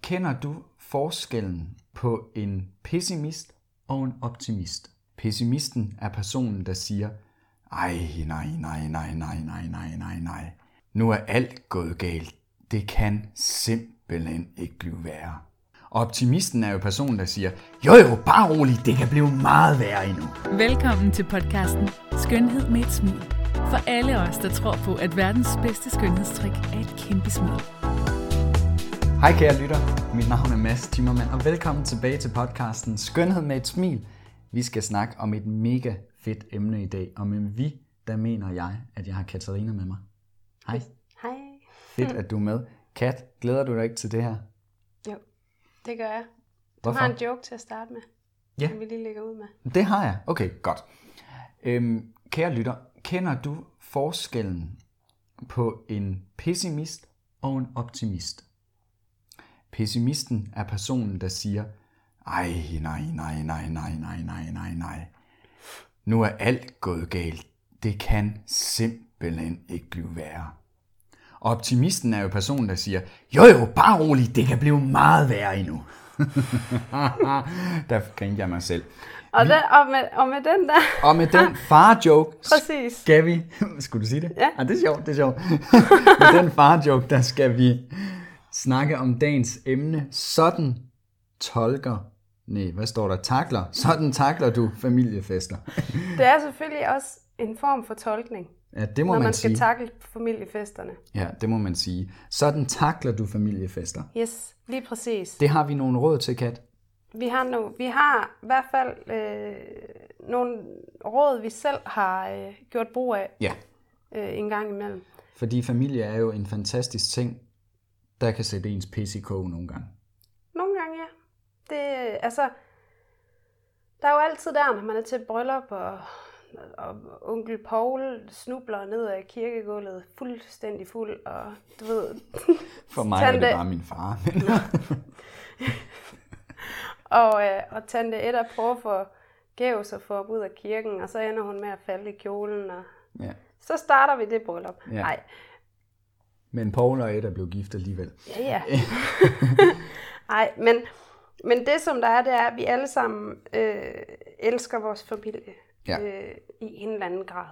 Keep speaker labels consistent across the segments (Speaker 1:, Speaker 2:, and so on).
Speaker 1: Kender du forskellen på en pessimist og en optimist? Pessimisten er personen, der siger, nej. Nu er alt gået galt. Det kan simpelthen ikke blive værre. Og optimisten er jo personen, der siger, jo, bare rolig, det kan blive meget værre endnu.
Speaker 2: Velkommen til podcasten Skønhed med et smil. For alle os, der tror på, at verdens bedste skønhedstrik er et kæmpe smil.
Speaker 1: Hej kære lytter, mit navn er Mads Timmermann, og velkommen tilbage til podcasten Skønhed med et smil. Vi skal snakke om et mega fedt emne i dag, og med vi, der mener jeg, at jeg har Katarina med mig. Hej.
Speaker 3: Hej.
Speaker 1: Fedt, at du er med. Kat, glæder du dig ikke til det her?
Speaker 3: Jo, det gør jeg. Du
Speaker 1: Hvorfor?
Speaker 3: har en joke til at starte med,
Speaker 1: Ja.
Speaker 3: som vi lige lægger ud med.
Speaker 1: Det har jeg. Okay, godt. Kære lytter, kender du forskellen på en pessimist og en optimist? Pessimisten er personen, der siger, nej. Nu er alt gået galt. Det kan simpelthen ikke blive værre. Og optimisten er jo personen, der siger, jo, bare rolig, det kan blive meget værre endnu. Der grinte jeg mig selv.
Speaker 3: Og med den der.
Speaker 1: Og med den far-joke,
Speaker 3: Præcis.
Speaker 1: skal vi... Skulle du sige det?
Speaker 3: Ja.
Speaker 1: Det er sjovt. Med den far-joke, der skal vi snakke om dagens emne. Sådan takler du familiefester.
Speaker 3: Det er selvfølgelig også en form for tolkning,
Speaker 1: Ja, det må
Speaker 3: når
Speaker 1: man
Speaker 3: man skal
Speaker 1: sige.
Speaker 3: takle familiefesterne.
Speaker 1: Ja, det må man sige. Sådan takler du familiefester.
Speaker 3: Yes, lige præcis.
Speaker 1: Det har vi nogle råd til, Kat.
Speaker 3: Vi har i hvert fald nogle råd, vi selv har gjort brug af
Speaker 1: Ja,
Speaker 3: en gang imellem.
Speaker 1: fordi familie er jo en fantastisk ting, der kan sætte ens pis i kog nogle gange.
Speaker 3: Nogle gange, ja. Der er jo altid der, når man er til bryllup, og onkel Paul snubler ned ad kirkegulvet fuldstændig fuld, og du ved...
Speaker 1: For mig er det bare min far.
Speaker 3: og tante Edda prøver for gæves at få op ud af kirken, og så ender hun med at falde i kjolen, og
Speaker 1: Ja.
Speaker 3: så starter vi det bryllup.
Speaker 1: Ja.
Speaker 3: Nej.
Speaker 1: Men Paul og Edda blev gift alligevel.
Speaker 3: Ja. Nej, men det som der er, det er, at vi alle sammen elsker vores familie i en eller anden grad.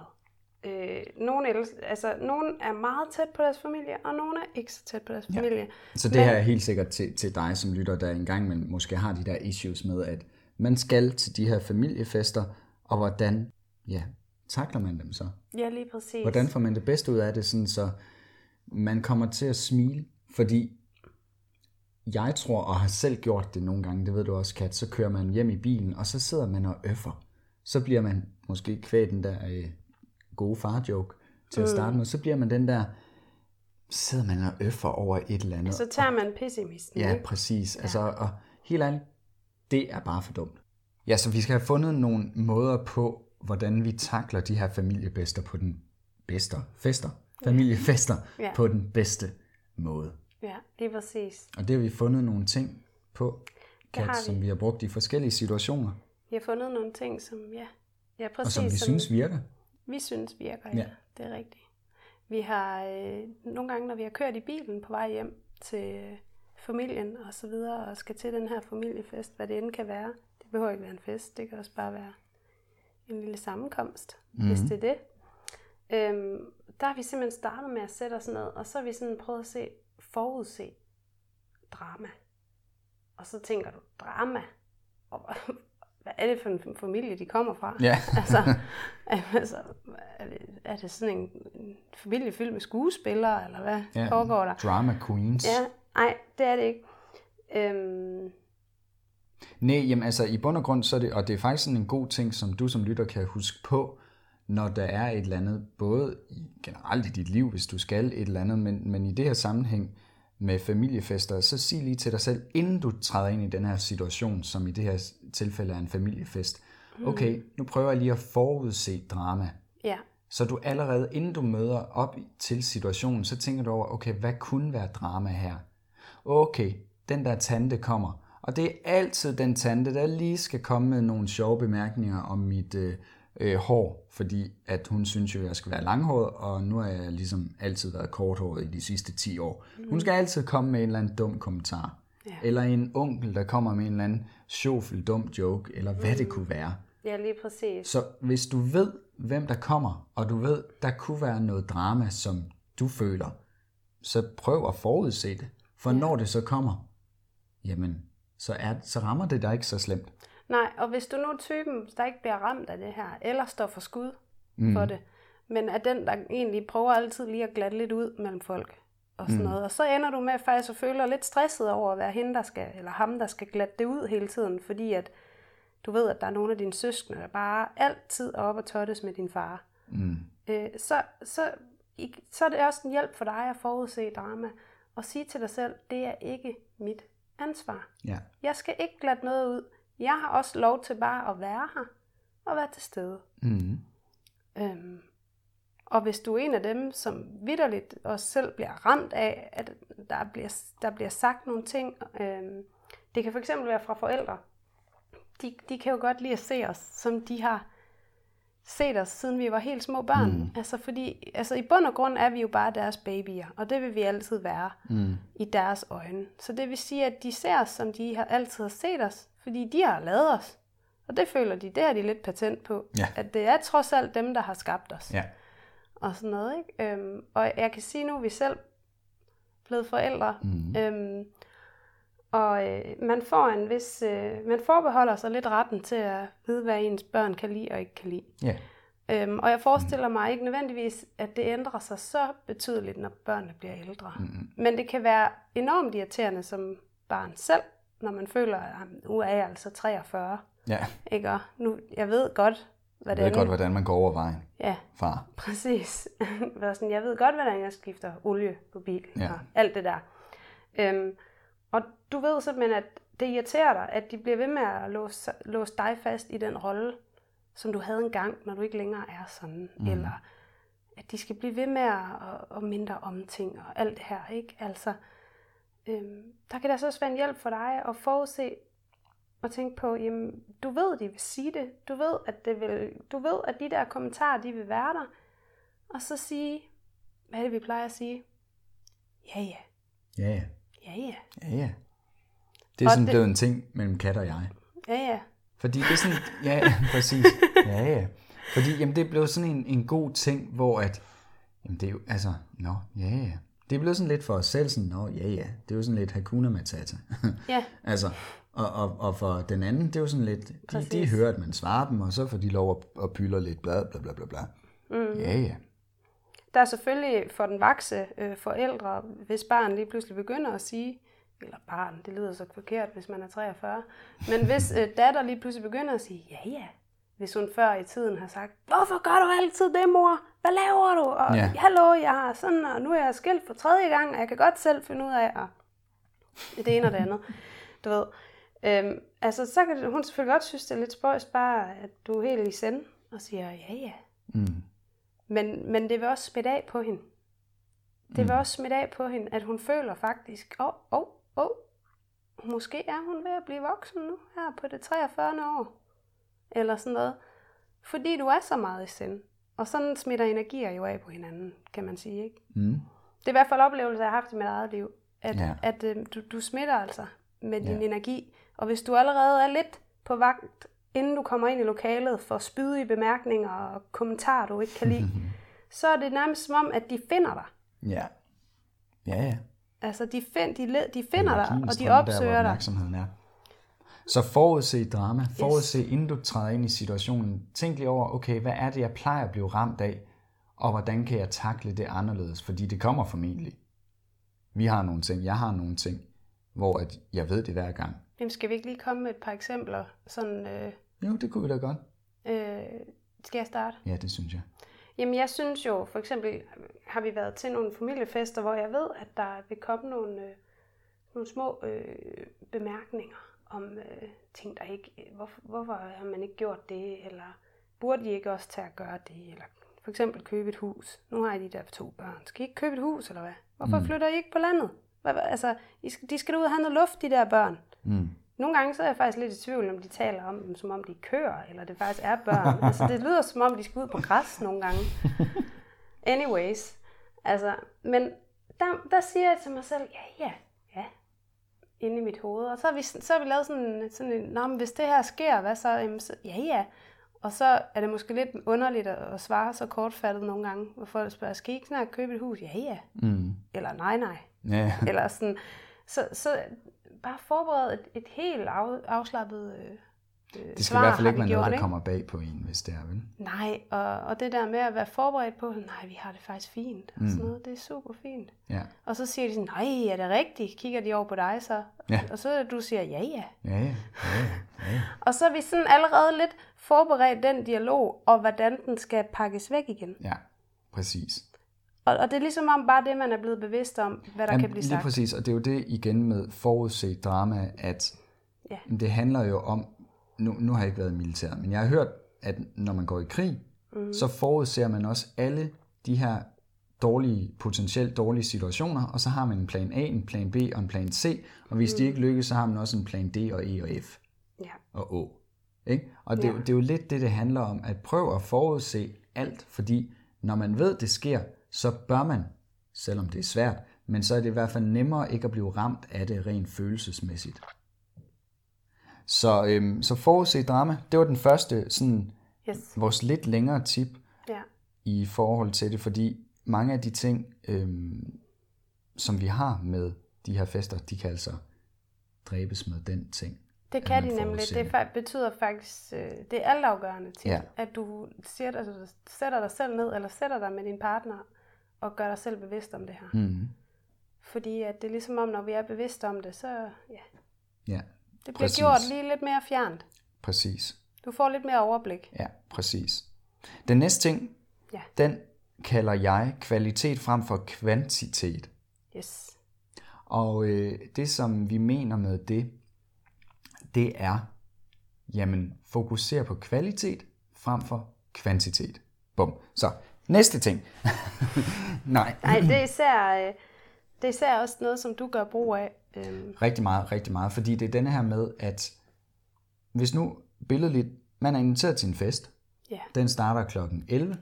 Speaker 3: Nogen er meget tæt på deres familie, og nogen er ikke så tæt på deres familie.
Speaker 1: Så det her er helt sikkert til dig som lytter, der engang man måske har de der issues med, at man skal til de her familiefester, og hvordan takler man dem så?
Speaker 3: Ja, lige præcis.
Speaker 1: Hvordan får man det bedste ud af det, sådan så man kommer til at smile? Fordi jeg tror, og har selv gjort det nogle gange, det ved du også, Kat, så kører man hjem i bilen, og så sidder man og øffer. Så bliver man måske kvæg den der gode far-joke til at starte med, så bliver man den der, sidder man og øffer over et eller andet.
Speaker 3: Så tager man pessimisten.
Speaker 1: Ja,
Speaker 3: ikke?
Speaker 1: præcis. Altså, og helt ærligt, det er bare for dumt. Ja, så vi skal have fundet nogle måder på, hvordan vi takler de her familiefester på den bedste på den bedste måde.
Speaker 3: Ja, lige præcis.
Speaker 1: Og det har vi fundet nogle ting på, Kat, som
Speaker 3: vi.
Speaker 1: vi har brugt i forskellige situationer,
Speaker 3: Vi har fundet nogle ting, som, præcis.
Speaker 1: og som vi synes virker.
Speaker 3: Vi synes virker,
Speaker 1: Ja.
Speaker 3: Det er rigtigt. Vi har nogle gange, når vi har kørt i bilen på vej hjem til familien og så videre, og skal til den her familiefest, hvad det end kan være. Det behøver ikke være en fest, det kan også bare være en lille sammenkomst, hvis det er det. Der har vi simpelthen startet med at sætte os ned, og så har vi sådan prøvet at forudse drama. Og så tænker du, drama? Og hvad er det for en familie, de kommer fra?
Speaker 1: Ja.
Speaker 3: altså er det sådan en familie fyldt med skuespillere, eller hvad foregår der?
Speaker 1: Drama queens.
Speaker 3: Ja, nej, det er det ikke.
Speaker 1: Nej, jamen altså i bund og grund, så er det, og det er faktisk sådan en god ting, som du som lytter kan huske på, når der er et eller andet, både generelt i dit liv, hvis du skal et eller andet, men i det her sammenhæng med familiefester, så sig lige til dig selv, inden du træder ind i den her situation, som i det her tilfælde er en familiefest. Okay, nu prøver jeg lige at forudse drama.
Speaker 3: Ja.
Speaker 1: Så du allerede, inden du møder op til situationen, så tænker du over, okay, hvad kunne være drama her? Okay, den der tante kommer. Og det er altid den tante, der lige skal komme med nogle sjove bemærkninger om mit hår, fordi at hun synes jo, at jeg skal være langhåret, og nu har jeg ligesom altid været korthåret i de sidste 10 år. Hun skal altid komme med en eller anden dum kommentar. Ja. Eller en onkel, der kommer med en eller anden sjovfuld dum joke, eller hvad det kunne være.
Speaker 3: Ja, lige præcis.
Speaker 1: Så hvis du ved, hvem der kommer, og du ved, der kunne være noget drama, som du føler, så prøv at forudse det. For når det så kommer, jamen, så rammer det dig ikke så slemt.
Speaker 3: Nej, og hvis du nu er typen, der ikke bliver ramt af det her, eller står for skud for det, men er den, der egentlig prøver altid lige at glatte lidt ud mellem folk, og sådan noget. Og så ender du med faktisk at føle dig lidt stresset over at være hende, der skal, eller ham, der skal glatte det ud hele tiden, fordi at du ved, at der er nogle af dine søskende, der bare altid er oppe og tottes med din far. Så er det også en hjælp for dig at forudse drama, og sige til dig selv, det er ikke mit ansvar.
Speaker 1: Ja.
Speaker 3: Jeg skal ikke glatte noget ud. Jeg har også lov til bare at være her, og være til stede. Og hvis du er en af dem, som vitterligt også selv bliver ramt af, at der bliver sagt nogle ting, det kan for eksempel være fra forældre. De kan jo godt lide at se os, som de har set os, siden vi var helt små børn. Altså i bund og grund er vi jo bare deres babyer, og det vil vi altid være i deres øjne. Så det vil sige, at de ser os, som de altid har set os, fordi de har lavet os. Og det føler de, det har de lidt patent på. Ja. At det er trods alt dem, der har skabt os. Ja. Og sådan noget, ikke? Og jeg kan sige nu, at vi selv blevet forældre. Man får man forbeholder sig lidt retten til at vide, hvad ens børn kan lide og ikke kan lide. Yeah. Og jeg forestiller mig ikke nødvendigvis, at det ændrer sig så betydeligt, når børnene bliver ældre. Men det kan være enormt irriterende som barn selv, når man føler, at nu er jeg altså 43. Ja. Ikke? Og nu, jeg ved godt,
Speaker 1: hvordan man går over vejen.
Speaker 3: Ja,
Speaker 1: far.
Speaker 3: Præcis. Jeg ved godt, hvordan jeg skifter olie på bilen og alt det der. Og du ved simpelthen, at det irriterer dig, at de bliver ved med at låse dig fast i den rolle, som du havde engang, når du ikke længere er sådan. Eller at de skal blive ved med at mindre om ting og alt det her, ikke? Altså, der kan det så også være en hjælp for dig at forudse og tænke på, jamen, du ved, de vil sige det. Du ved, at de der kommentarer, de vil være der. Og så sige, hvad er det, vi plejer at sige? Ja.
Speaker 1: Ja. Det er sådan blevet en ting mellem kat og jeg.
Speaker 3: Ja.
Speaker 1: Fordi det er sådan, ja, præcis. Ja. Fordi jamen, det er blevet sådan en god ting, hvor at, jamen, det er jo, altså, det er blevet sådan lidt for os selv, sådan, det er jo sådan lidt Hakuna Matata. Ja. Altså, og for den anden, det er jo sådan lidt, de hører, at man svarer dem, og så får de lov at pylder lidt, bla bla bla bla bla. Ja.
Speaker 3: Der er selvfølgelig for den vakse forældre, hvis barn lige pludselig begynder at sige, eller barn, det lyder så forkert, hvis man er 43, men hvis datter lige pludselig begynder at sige, ja, hvis hun før i tiden har sagt, hvorfor gør du altid det, mor? Hvad laver du? Og hallo, jeg har sådan, og nu er jeg skilt for 3. gang, og jeg kan godt selv finde ud af, og det ene og det andet, du ved. Altså, så kan hun selvfølgelig godt synes, det er lidt spøjst bare, at du er helt i send, og siger, ja. Men det vil også smitte af på hende. Det vil også smitte af på hende, at hun føler faktisk, måske er hun ved at blive voksen nu, her på det 43. år. Eller sådan noget. Fordi du er så meget i sind. Og sådan smitter energier jo af på hinanden, kan man sige, ikke? Det er i hvert fald oplevelse, jeg har haft i mit eget liv. At du smitter altså med din energi. Og hvis du allerede er lidt på vagt, inden du kommer ind i lokalet for spydige bemærkninger og kommentarer, du ikke kan lide, så er det nærmest som om, at de finder dig.
Speaker 1: Ja.
Speaker 3: Altså, de finder dig, og de opsøger dig.
Speaker 1: Så forudse drama, inden du træder ind i situationen. Tænk lige over, okay, hvad er det, jeg plejer at blive ramt af, og hvordan kan jeg takle det anderledes, fordi det kommer formentlig. Vi har nogle ting, jeg har nogle ting, hvor at jeg ved det hver gang.
Speaker 3: Jamen, skal vi ikke lige komme med et par eksempler? Sådan,
Speaker 1: Jo, det kunne vi da godt.
Speaker 3: Skal jeg starte?
Speaker 1: Ja, det synes jeg.
Speaker 3: Jamen, jeg synes jo, for eksempel har vi været til nogle familiefester, hvor jeg ved, at der vil komme nogle små bemærkninger om ting, der ikke... Hvorfor har man ikke gjort det? Eller burde de ikke også tage at gøre det? Eller for eksempel købe et hus. Nu har I de der 2 børn. Skal I ikke købe et hus, eller hvad? Hvorfor flytter I ikke på landet? Altså, de skal ud og have noget luft, de der børn. Nogle gange så er jeg faktisk lidt i tvivl, om de taler om dem, som om de kører, eller det faktisk er børn. Altså, det lyder som om, de skal ud på græs nogle gange. Anyways. Altså, men der siger jeg til mig selv, ja. inde i mit hoved. Og så har vi lavet sådan en, men hvis det her sker, hvad så? Jamen, så ja. Og så er det måske lidt underligt at svare så kortfattet nogle gange, hvor folk spørger, skal I ikke snart købe et hus? Ja. Eller nej.
Speaker 1: Ja.
Speaker 3: Eller sådan. Så bare forbered et helt afslappet
Speaker 1: det skal i hvert fald ikke være noget, der kommer bag på en, hvis det er, vel?
Speaker 3: Nej, og det der med at være forberedt på, nej, vi har det faktisk fint, og sådan noget, det er super fint.
Speaker 1: Ja.
Speaker 3: Og så siger de sådan, nej, er det rigtigt? Kigger de over på dig så?
Speaker 1: Ja.
Speaker 3: Og så du siger, ja.
Speaker 1: Ja.
Speaker 3: Og så er vi sådan allerede lidt forberedt den dialog, og hvordan den skal pakkes væk igen.
Speaker 1: Ja, præcis.
Speaker 3: Og det er ligesom om bare det, man er blevet bevidst om, hvad der kan blive sagt.
Speaker 1: Lige præcis, og det er jo det igen med forudset drama, at det handler jo om, nu har jeg ikke været i militæret, men jeg har hørt, at når man går i krig, så forudser man også alle de her potentielt dårlige situationer, og så har man en plan A, en plan B og en plan C, og hvis de ikke lykkes, så har man også en plan D og E og F og Å. Ikke? Og det er jo lidt det handler om, at prøve at forudse alt, fordi når man ved, det sker, så bør man, selvom det er svært, men så er det i hvert fald nemmere ikke at blive ramt af det rent følelsesmæssigt. Så forudse drama, det var den første, sådan, vores lidt længere tip i forhold til det, fordi mange af de ting, som vi har med de her fester, de kan altså dræbes med den ting.
Speaker 3: Det kan de nemlig. Det betyder faktisk, det er altafgørende til, at du sætter dig selv ned, eller sætter dig med din partner, og gør dig selv bevidst om det her. Fordi at det er ligesom om, når vi er bevidste om det, så det bliver gjort lige lidt mere fjernt.
Speaker 1: Præcis.
Speaker 3: Du får lidt mere overblik.
Speaker 1: Ja, præcis. Den næste ting, den kalder jeg kvalitet frem for kvantitet.
Speaker 3: Yes.
Speaker 1: Og det, som vi mener med det er, jamen, fokusere på kvalitet frem for kvantitet. Bum. Så, næste ting. Nej,
Speaker 3: det er især også noget, som du gør brug af.
Speaker 1: Rigtig meget, fordi det er denne her med, at hvis nu billedligt, man er inviteret til en fest, den starter klokken 11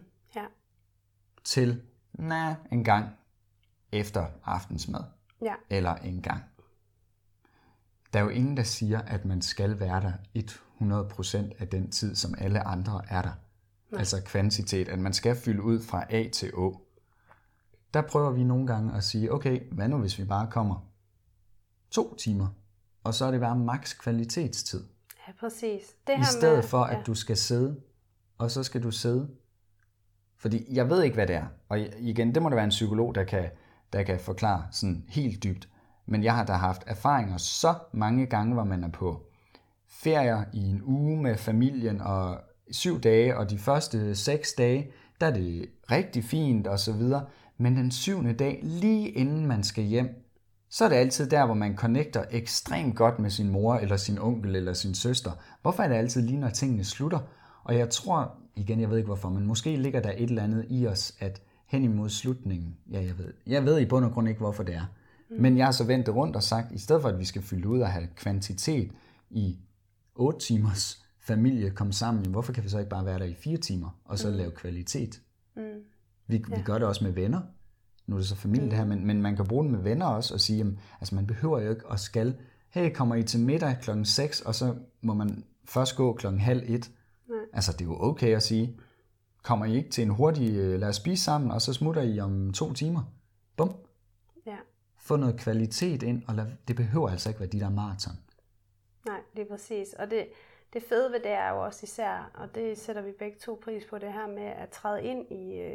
Speaker 1: til en gang efter aftensmad, eller en gang. Der er jo ingen, der siger, at man skal være der 100% af den tid, som alle andre er der. Nej. Altså kvantitet, at man skal fylde ud fra A til Å. Der prøver vi nogle gange at sige, okay, hvad nu hvis vi bare kommer 2 timer, og så er det bare maks kvalitetstid.
Speaker 3: Ja, præcis.
Speaker 1: Det her i stedet for, at du skal sidde, og så skal du sidde. Fordi jeg ved ikke, hvad det er. Og igen, det må da være en psykolog, der kan forklare sådan helt dybt. Men jeg har da haft erfaringer så mange gange, hvor man er på ferier i en uge med familien, og 7 dage, og de første 6 dage, der er det rigtig fint og så videre. Men den 7. dag, lige inden man skal hjem, så er det altid der, hvor man connecter ekstremt godt med sin mor, eller sin onkel, eller sin søster. Hvorfor er det altid lige, når tingene slutter? Og jeg tror, igen, jeg ved ikke hvorfor, men måske ligger der et eller andet i os, at hen imod slutningen, jeg ved i bund og grund ikke, hvorfor det er. Men jeg har så vendt det rundt og sagt, i stedet for, at vi skal fylde ud og have kvantitet i 8 timers familie komme sammen, hvorfor kan vi så ikke bare være der i 4 timer, og så lave kvalitet? Vi gør det også med venner. Nu er det så familie det her, men man kan bruge det med venner også, og sige, jamen, altså man behøver jo ikke at skal, hey, kommer I til middag klokken 6, og så må man først gå klokken 12:30. Altså det er jo okay at sige, kommer I ikke til en hurtig, lad os spise sammen, og så smutter I om 2 timer. Bum.
Speaker 3: Ja.
Speaker 1: Få noget kvalitet ind, og det behøver altså ikke være de der maraton.
Speaker 3: Nej, det er præcis. Og det fede ved det er jo også især, og det sætter vi begge to pris på, det her med at træde ind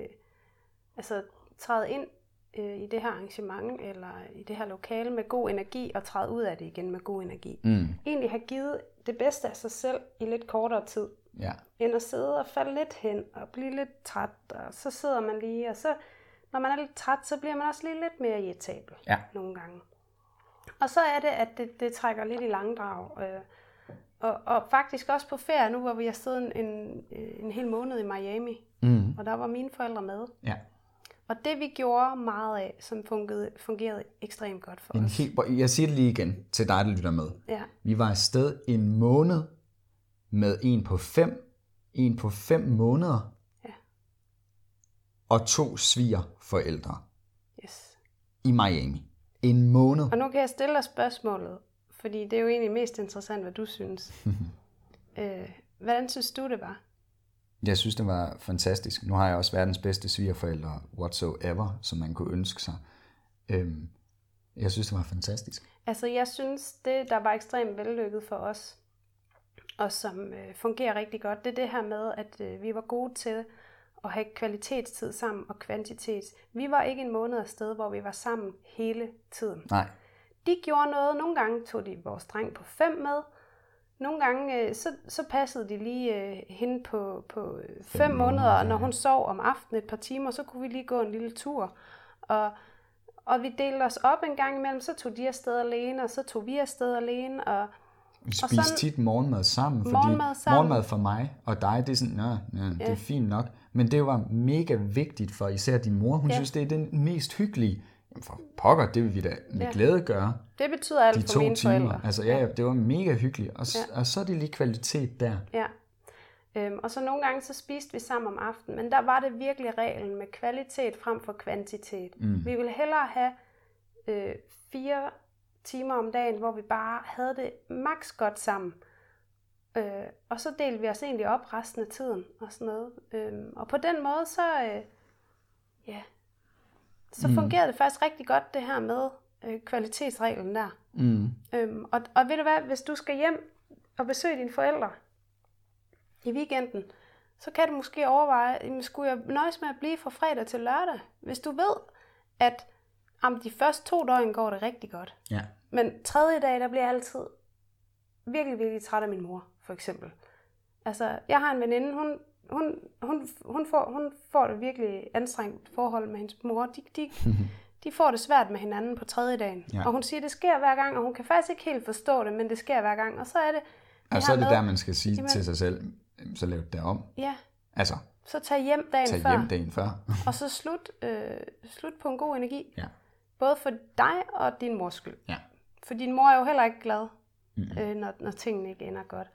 Speaker 3: i det her arrangement, eller i det her lokale med god energi, og træde ud af det igen med god energi. Egentlig have givet det bedste af sig selv i lidt kortere tid.
Speaker 1: Ja.
Speaker 3: End at sidde og falde lidt hen, og blive lidt træt, og så sidder man lige, og så, når man er lidt træt, så bliver man også lige lidt mere irritabel nogle gange. Og så er det, at det trækker lidt i langdrag. Og faktisk også på ferie nu, hvor vi har siddet en hel måned i Miami, og der var mine forældre med. Ja. Og det vi gjorde meget af, som fungerede ekstremt godt for os.
Speaker 1: Jeg siger det lige igen til dig, der lytter med.
Speaker 3: Ja.
Speaker 1: Vi var afsted en måned med en på 5 måneder, og 2 svigerforældre i Miami. En måned.
Speaker 3: Og nu kan jeg stille dig spørgsmålet, Fordi det er jo egentlig mest interessant, hvad du synes. Hvordan synes du, det var?
Speaker 1: Jeg synes, det var fantastisk. Nu har jeg også verdens bedste svigerforældre, whatsoever, som man kunne ønske sig. Jeg synes, det var fantastisk.
Speaker 3: Altså, jeg synes, det, der var ekstremt vellykket for os, og som fungerer rigtig godt, det er det her med, at vi var gode til at have kvalitetstid sammen og kvantitet. Vi var ikke en måned afsted, hvor vi var sammen hele tiden.
Speaker 1: Nej.
Speaker 3: De gjorde noget. Nogle gange tog de vores dreng på 5 med. Nogle gange så passede de lige hende på 5 måneder, og når hun sov om aftenen et par timer, så kunne vi lige gå en lille tur. Og vi delte os op en gang imellem, så tog de afsted alene, og så tog vi afsted alene.
Speaker 1: Vi spiste tit morgenmad sammen, fordi morgenmad for mig og dig, det er sådan, det er fint nok. Men det var mega vigtigt for især din mor. Hun synes, det er den mest hyggelige. Jamen for pokker, det vil vi da med glæde gøre.
Speaker 3: Det betyder alt for mine forældre.
Speaker 1: Altså det var mega hyggeligt. Og så er det lige kvalitet der.
Speaker 3: Ja. Og så nogle gange så spiste vi sammen om aftenen, men der var det virkelig reglen med kvalitet frem for kvantitet. Vi ville hellere have 4 timer om dagen, hvor vi bare havde det maks godt sammen. Og så delte vi os egentlig op resten af tiden og sådan noget. Og på den måde så fungerede det faktisk rigtig godt, det her med kvalitetsreglen der. Og ved du hvad, hvis du skal hjem og besøge dine forældre i weekenden, så kan du måske overveje, skulle jeg nøjes med at blive fra fredag til lørdag? Hvis du ved, at de første 2 døgn går det rigtig godt. Ja. Men tredje dag, der bliver jeg altid virkelig, virkelig træt af min mor, for eksempel. Altså, jeg har en veninde, hun får det virkelig anstrengt forhold med hendes mor. De får det svært med hinanden på tredje dagen. Ja. Og hun siger, det sker hver gang, og hun kan faktisk ikke helt forstå det, men det sker hver gang. Og så er det...
Speaker 1: Og så er det der, man skal sige til sig selv, så lav det om.
Speaker 3: Ja.
Speaker 1: Altså,
Speaker 3: så tag hjem dagen før. Og så slut på en god energi. Ja. Både for dig og din mors skyld. Ja. For din mor er jo heller ikke glad, når tingene ikke ender godt.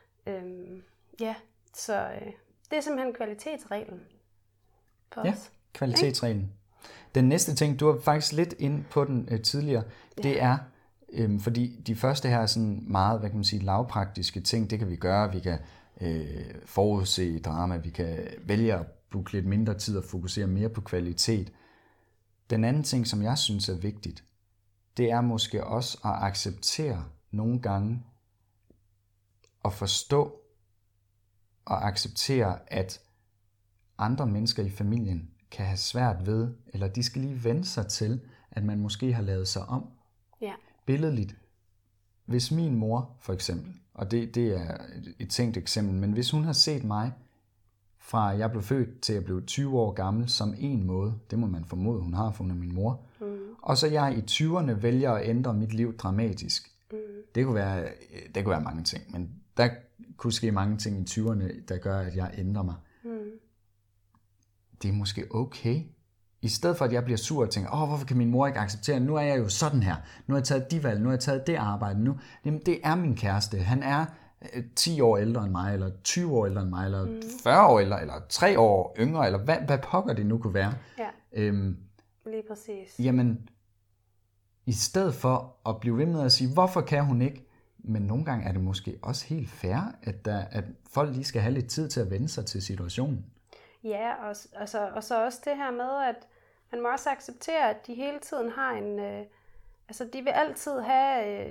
Speaker 3: Så det er simpelthen kvalitetsreglen for os. Ja,
Speaker 1: kvalitetsreglen. Den næste ting, du var faktisk lidt ind på den tidligere, det er, fordi de første her er sådan meget, hvad kan man sige, lavpraktiske ting, det kan vi gøre, vi kan forudse drama, vi kan vælge at bruge lidt mindre tid og fokusere mere på kvalitet. Den anden ting, som jeg synes er vigtigt, det er måske også at acceptere nogle gange og forstå og acceptere, at andre mennesker i familien kan have svært ved, eller de skal lige vende sig til, at man måske har lavet sig om. Ja. Billedligt. Hvis min mor, for eksempel, og det er et tænkt eksempel, men hvis hun har set mig, fra jeg blev født til jeg blev 20 år gammel, som en måde, det må man formode, hun har, for hun er min mor, og så jeg i 20'erne vælger at ændre mit liv dramatisk. Det kunne være mange ting, men der kunne ske mange ting i 20'erne, der gør, at jeg ændrer mig. Det er måske okay. I stedet for, at jeg bliver sur og tænker, hvorfor kan min mor ikke acceptere, nu er jeg jo sådan her, nu har jeg taget de valg, nu har jeg taget det arbejde, nu. Jamen, det er min kæreste, han er 10 år ældre end mig, eller 20 år ældre end mig, eller 40 år ældre, eller 3 år yngre, eller hvad pokker det nu kunne være. Ja,
Speaker 3: lige præcis.
Speaker 1: Jamen, i stedet for at blive ved med at sige, hvorfor kan hun ikke, men nogle gange er det måske også helt fair, at folk lige skal have lidt tid til at vende sig til situationen. Ja,
Speaker 3: og så også det her med, at man må også acceptere, at de hele tiden har de vil altid have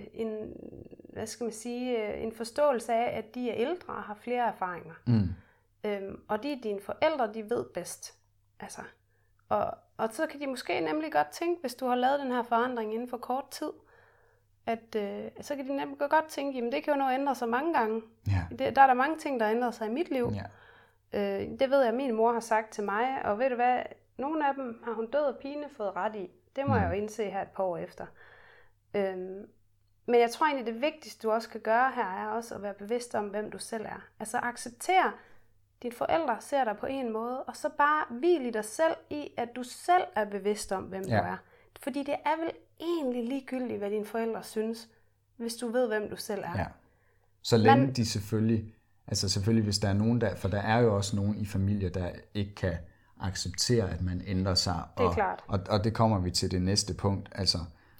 Speaker 3: en forståelse af, at de er ældre og har flere erfaringer. Og de er dine forældre, de ved bedst. Altså, og så kan de måske nemlig godt tænke, hvis du har lavet den her forandring inden for kort tid, at så kan de nemlig godt tænke, jamen det kan jo nå ændre sig mange gange. Ja. Der er der mange ting, der ændrer sig i mit liv. Ja. Det ved jeg, at min mor har sagt til mig, og ved du hvad, nogle af dem har hun død og pine fået ret i. Det må jeg jo indse her et par år efter. Men jeg tror egentlig, det vigtigste, du også kan gøre her, er også at være bevidst om, hvem du selv er. Altså acceptere, dine forældre ser dig på en måde, og så bare hvile i dig selv i, at du selv er bevidst om, hvem du er. Fordi det er vel egentlig ligegyldigt, hvad dine forældre synes, hvis du ved, hvem du selv er. Ja.
Speaker 1: Så længe de selvfølgelig, hvis der er nogen der, for der er jo også nogen i familier, der ikke kan acceptere, at man ændrer sig.
Speaker 3: Det er klart.
Speaker 1: Og det kommer vi til det næste punkt. Altså,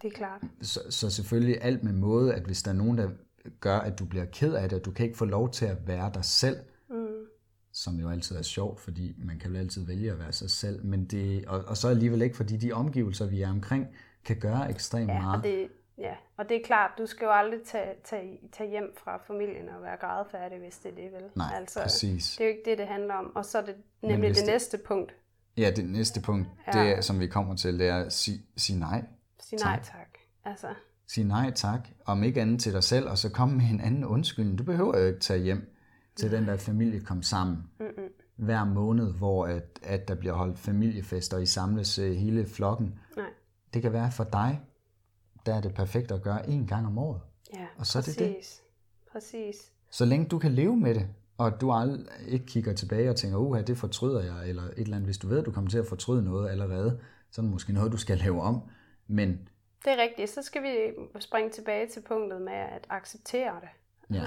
Speaker 3: det er klart.
Speaker 1: Så selvfølgelig alt med måde, at hvis der er nogen, der gør, at du bliver ked af det, og du kan ikke få lov til at være dig selv, som jo altid er sjovt, fordi man kan jo altid vælge at være sig selv, men det, og så alligevel ikke, fordi de omgivelser, vi er omkring, kan gøre ekstremt meget.
Speaker 3: Og det er klart, du skal jo aldrig tage hjem fra familien og være grædefærdig, hvis det er det, vel?
Speaker 1: Nej, altså, præcis.
Speaker 3: Det er jo ikke det handler om. Og så er det nemlig det næste punkt.
Speaker 1: Ja, det næste punkt, det som vi kommer til, det er at sige nej.
Speaker 3: Sig nej tak. Altså.
Speaker 1: Sig nej tak, om ikke andet til dig selv, og så komme med en anden undskyldning. Du behøver jo ikke tage hjem til den der familie kom sammen hver måned, hvor at der bliver holdt familiefester, og I samles hele flokken. Nej. Det kan være for dig, der er det perfekt at gøre 1 gang om året.
Speaker 3: Ja,
Speaker 1: og så
Speaker 3: præcis.
Speaker 1: Er det det.
Speaker 3: Præcis.
Speaker 1: Så længe du kan leve med det, og du aldrig ikke kigger tilbage og tænker, det fortryder jeg, eller et eller andet. Hvis du ved, at du kommer til at fortryde noget allerede, så er det måske noget, du skal lave om. Men
Speaker 3: det er rigtigt. Så skal vi springe tilbage til punktet med at acceptere det. Ja.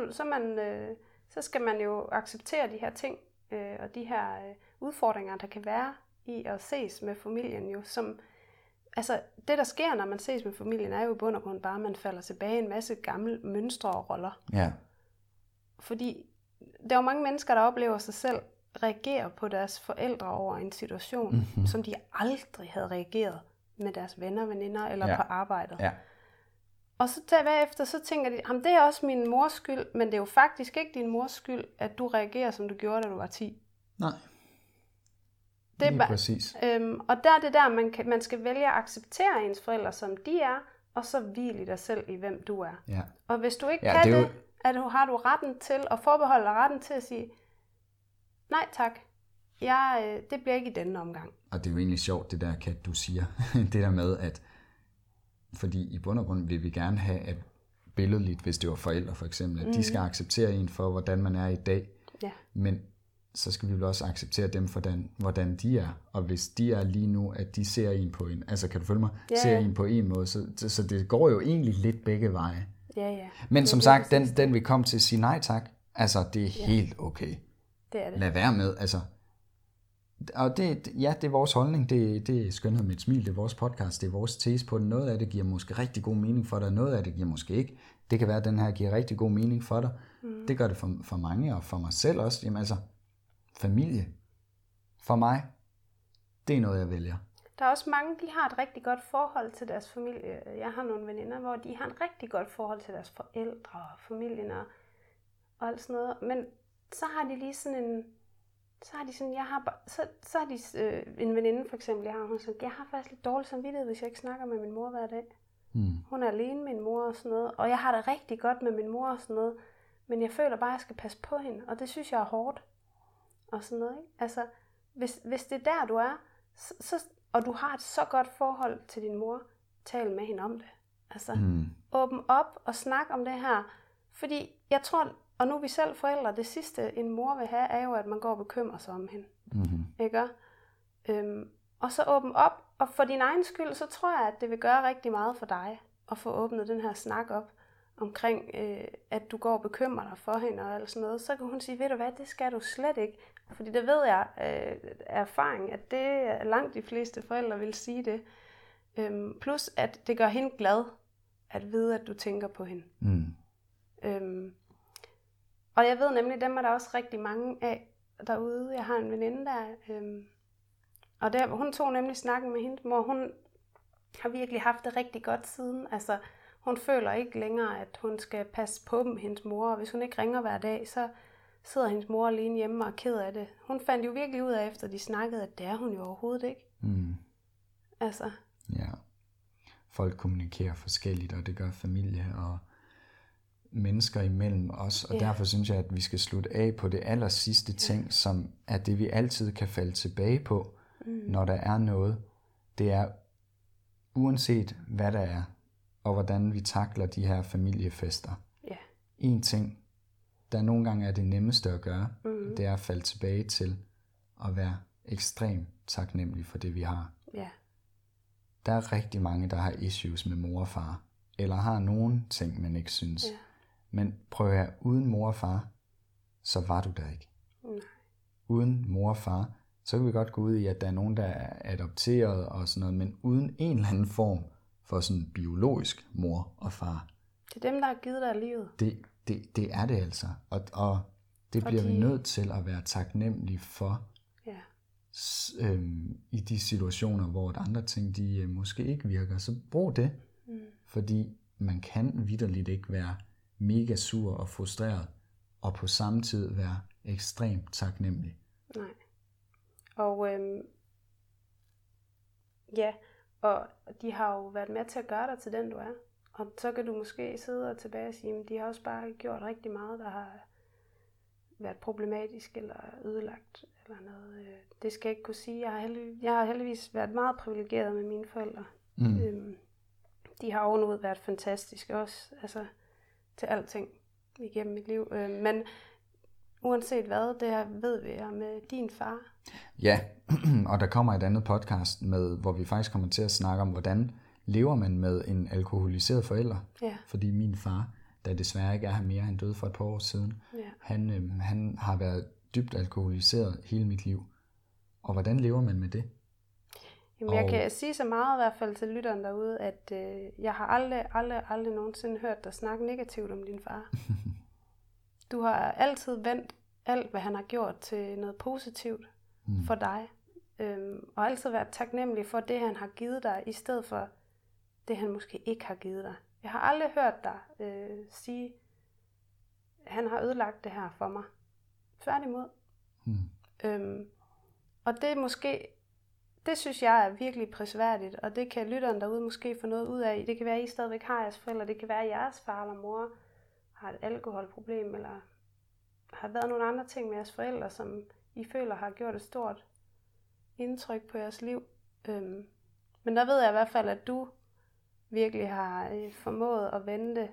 Speaker 3: Så skal man jo acceptere de her ting, og de her udfordringer, der kan være i at ses med familien jo, som altså, det der sker, når man ses med familien, er jo i bund og grund bare, at man falder tilbage i en masse gamle mønstre og roller. Ja. Fordi der er jo mange mennesker, der oplever sig selv reagere på deres forældre over en situation, som de aldrig havde reageret med deres venner, veninder eller på arbejdet. Ja. Og så bagefter, så tænker de, det er også min mors skyld, men det er jo faktisk ikke din mors skyld, at du reagerer, som du gjorde, da du var 10.
Speaker 1: Nej. Det er præcis.
Speaker 3: Og der er det der, man skal vælge at acceptere ens forældre, som de er, og så hvile i dig selv i, hvem du er. Ja. Og hvis du ikke kan det, har du retten til at forbeholde dig retten til at sige, nej tak, det bliver ikke i denne omgang.
Speaker 1: Og det er jo egentlig sjovt, det der, Kat, du siger. Det der med, at fordi i bund og grund vil vi gerne have, at billedligt, hvis det var forældre for eksempel, at de skal acceptere en for, hvordan man er i dag. Ja. Men så skal vi vel også acceptere dem for, hvordan de er. Og hvis de er lige nu, at de ser en på en, altså kan du følge mig, ser en på en måde, så det går jo egentlig lidt begge veje. Ja. Men som sagt, den vi kom til at sige nej tak, altså det er helt okay.
Speaker 3: Det er det.
Speaker 1: Lad være med, altså. Og det er vores holdning, det er Skønhed med et smil, det er vores podcast, det er vores tese på det. Noget af det giver måske rigtig god mening for dig, noget af det giver måske ikke. Det kan være, at den her giver rigtig god mening for dig. Det gør det for mange, og for mig selv også. Jamen altså, familie, for mig, det er noget, jeg vælger.
Speaker 3: Der er også mange, de har et rigtig godt forhold til deres familie. Jeg har nogle veninder, hvor de har et rigtig godt forhold til deres forældre og familien og alt sådan noget. Men så har de lige sådan en... Så har de en veninde for eksempel, jeg har faktisk lidt dårlig samvittighed, hvis jeg ikke snakker med min mor hver dag. Hun er alene, min mor og sådan noget, og jeg har det rigtig godt med min mor og sådan noget, men jeg føler bare, at jeg skal passe på hende, og det synes jeg er hårdt. Og sådan noget, ikke? Altså, hvis det er der, du er, og du har et så godt forhold til din mor, tal med hende om det. Altså, åbn op og snak om det her, fordi jeg tror... Og nu er vi selv forældre. Det sidste, en mor vil have, er jo, at man går og bekymrer sig om hende. Ikke? Og så åbn op. Og for din egen skyld, så tror jeg, at det vil gøre rigtig meget for dig, at få åbnet den her snak op, omkring, at du går og bekymrer dig for hende og alt sådan noget. Så kan hun sige, ved du hvad, det skal du slet ikke. Fordi det ved jeg af erfaring, at det er langt de fleste forældre vil sige det. Plus, at det gør hende glad, at vide, at du tænker på hende. Og jeg ved nemlig, dem er der også rigtig mange af derude. Jeg har en veninde der, og hun tog nemlig snakken med hendes mor. Hun har virkelig haft det rigtig godt siden. Altså, hun føler ikke længere, at hun skal passe på dem, hendes mor. Og hvis hun ikke ringer hver dag, så sidder hendes mor alene hjemme og er ked af det. Hun fandt jo virkelig ud af, efter de snakkede, at det er hun jo overhovedet ikke. Altså.
Speaker 1: Ja. Folk kommunikerer forskelligt, og det gør familie og mennesker imellem os, og derfor synes jeg, at vi skal slutte af på det aller sidste ting, som er det, vi altid kan falde tilbage på, når der er noget. Det er, uanset hvad der er, og hvordan vi takler de her familiefester. En ting, der nogle gange er det nemmeste at gøre, det er at falde tilbage til at være ekstremt taknemmelig for det, vi har. Der er rigtig mange, der har issues med mor og far, eller har nogle ting, man ikke synes. Men prøv at høre, uden mor og far, så var du der ikke. Uden mor og far, så kan vi godt gå ud i, at der er nogen, der er adopteret og sådan noget, men uden en eller anden form for sådan biologisk mor og far.
Speaker 3: Det er dem, der har givet dig livet.
Speaker 1: Det er det altså. Og det bliver vi nødt til at være taknemmelige for.
Speaker 3: Ja.
Speaker 1: I de situationer, hvor andre ting, de måske ikke virker. Så brug det. Fordi man kan vitterligt ikke være mega sur og frustreret, og på samme tid være ekstremt taknemmelig.
Speaker 3: Nej. Og og de har jo været med til at gøre dig til den, du er. Og så kan du måske sidde og tilbage og sige, at de har også bare gjort rigtig meget, der har været problematisk eller ødelagt eller noget. Det skal jeg ikke kunne sige. Jeg har heldigvis været meget privilegeret med mine forældre. De har ovenud været fantastiske også, altså til alting igennem mit liv. Men uanset hvad, det her ved vi med din far.
Speaker 1: Ja, og der kommer et andet podcast, hvor vi faktisk kommer til at snakke om, hvordan lever man med en alkoholiseret forælder.
Speaker 3: Ja.
Speaker 1: Fordi min far, der desværre ikke er her mere, han døde for et par år siden, han har været dybt alkoholiseret hele mit liv. Og hvordan lever man med det?
Speaker 3: Jamen, jeg kan sige så meget i hvert fald til lytteren derude, at jeg har aldrig nogensinde hørt dig snakke negativt om din far. Du har altid vendt alt, hvad han har gjort, til noget positivt for dig. Og altid været taknemmelig for det, han har givet dig, i stedet for det, han måske ikke har givet dig. Jeg har aldrig hørt dig sige, han har ødelagt det her for mig. Tværtimod. Og det er måske... Det synes jeg er virkelig prisværdigt, og det kan lytteren derude måske få noget ud af. Det kan være, at I stadigvæk har jeres forældre, det kan være, at jeres far eller mor har et alkoholproblem, eller har været nogle andre ting med jeres forældre, som I føler har gjort et stort indtryk på jeres liv. Men der ved jeg i hvert fald, at du virkelig har formået at vende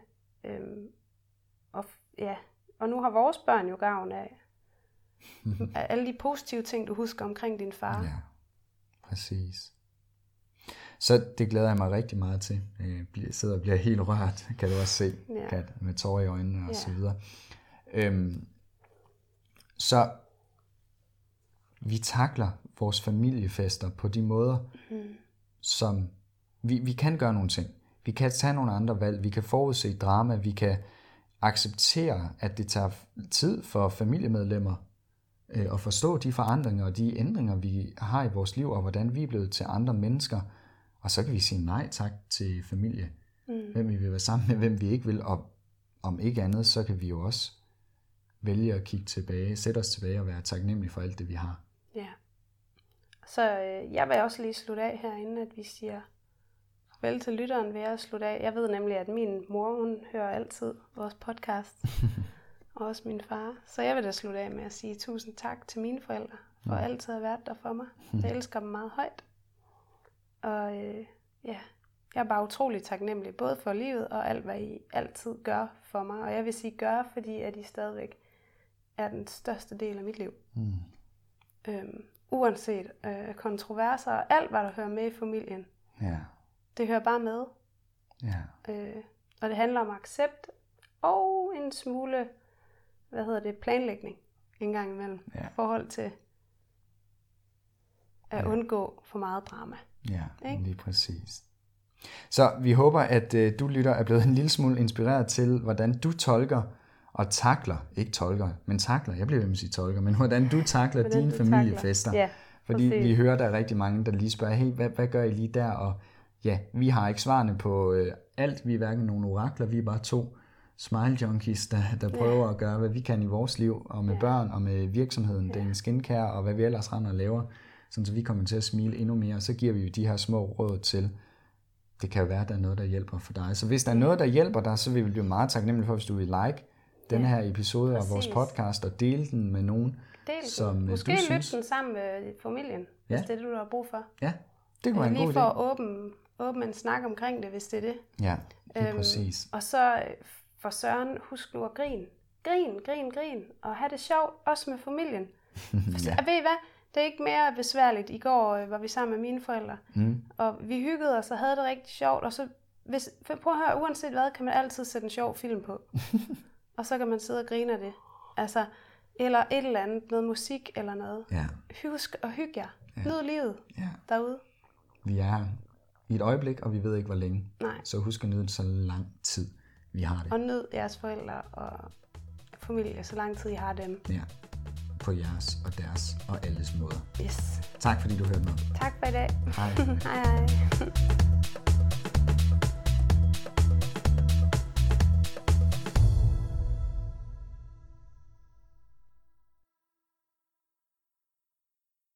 Speaker 3: og nu har vores børn jo gavn af alle de positive ting, du husker omkring din far.
Speaker 1: Ja. Præcis. Så det glæder jeg mig rigtig meget til. Jeg sidder og bliver helt rørt, kan du også se, Kat, med tårer i øjnene og så videre. Så vi takler vores familiefester på de måder, som vi kan gøre nogle ting. Vi kan tage nogle andre valg, vi kan forudse drama, vi kan acceptere, at det tager tid for familiemedlemmer og forstå de forandringer og de ændringer, vi har i vores liv, og hvordan vi er blevet til andre mennesker. Og så kan vi sige nej tak til familie. Hvem vi vil være sammen med, hvem vi ikke vil. Og om ikke andet, så kan vi jo også vælge at kigge tilbage, sætte os tilbage og være taknemmelige for alt det, vi har.
Speaker 3: Ja. Så jeg vil også lige slutte af herinde, at vi siger farvel til lytteren ved at slutte af. Jeg ved nemlig, at min mor, hun hører altid vores podcast. Og også min far. Så jeg vil da slutte af med at sige tusind tak til mine forældre, for altid at have været der for mig. Jeg elsker dem meget højt. Og jeg er bare utrolig taknemmelig, både for livet og alt, hvad I altid gør for mig. Og jeg vil sige gør, fordi at I stadigvæk er den største del af mit liv. Uanset kontroverser og alt, hvad der hører med i familien. Det hører bare med. Og det handler om accept og en smule planlægning en gang imellem, i forhold til at undgå for meget drama.
Speaker 1: Ja, lige præcis. Så vi håber, at du lytter er blevet en lille smule inspireret til, hvordan du tolker og takler, ikke tolker, men takler, jeg bliver ved med at sige tolker, men hvordan du takler dine familiefester.
Speaker 3: Ja,
Speaker 1: fordi vi hører, der er rigtig mange, der lige spørger, hey, hvad gør I lige der? Og ja, vi har ikke svarene på alt, vi er hverken nogle orakler, vi er bare to smile junkies, der prøver at gøre, hvad vi kan i vores liv, og med børn, og med virksomheden, den skincare, og hvad vi ellers render og laver, sådan så vi kommer til at smile endnu mere, og så giver vi jo de her små råd til, det kan jo være, at der er noget, der hjælper for dig. Så hvis der er noget, der hjælper dig, så vil vi blive meget taknemmelige for, hvis du vil like denne her episode af vores podcast, og dele den med nogen, som
Speaker 3: måske
Speaker 1: du synes.
Speaker 3: Måske lytte den sammen med familien, hvis det er det, du har brug for.
Speaker 1: Ja, det kunne være en god idé.
Speaker 3: Lige for at åbne en snak omkring det, hvis det er det.
Speaker 1: Ja, lige præcis.
Speaker 3: Og så for Søren, husk nu at grine. Grin, og have det sjovt, også med familien. Og ved I hvad? Det er ikke mere besværligt. I går var vi sammen med mine forældre, og vi hyggede os og havde det rigtig sjovt. Og så, prøv at høre, uanset hvad, kan man altid sætte en sjov film på. Og så kan man sidde og grine af det. Altså, eller et eller andet, noget musik eller noget.
Speaker 1: Ja.
Speaker 3: Husk at hygge jer. Nyd livet derude.
Speaker 1: Vi er her. i et øjeblik, og vi ved ikke, hvor længe.
Speaker 3: Nej.
Speaker 1: Så husk at nyde det så lang tid, vi har det.
Speaker 3: Og nyd jeres forældre og familie, så lang tid I har dem.
Speaker 1: Ja, på jeres og deres og alles måder.
Speaker 3: Yes.
Speaker 1: Tak fordi du hørte med.
Speaker 3: Tak for i dag.
Speaker 1: Hej.
Speaker 3: Hej hej.